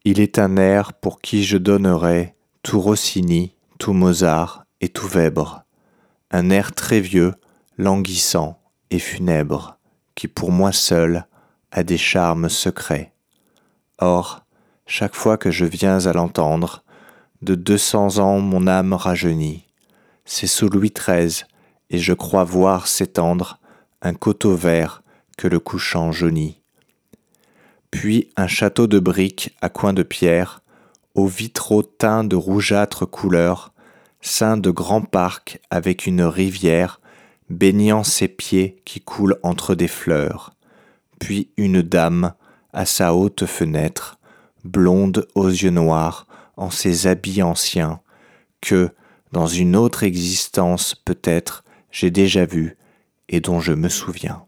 Il est un air pour qui je donnerais tout Rossini, tout Mozart et tout Weber. Un air très vieux, languissant et funèbre, qui pour moi seul a des charmes secrets. Or, chaque fois que je viens à l'entendre, de 200 ans mon âme rajeunit. C'est sous Louis XIII, et je crois voir s'étendre un coteau vert que le couchant jaunit. Puis un château de briques à coins de pierre, aux vitraux teints de rougeâtre couleur, ceint de grands parcs avec une rivière baignant ses pieds qui coulent entre des fleurs. Puis une dame à sa haute fenêtre, blonde aux yeux noirs, en ses habits anciens, que, dans une autre existence peut-être, j'ai déjà vue et dont je me souviens.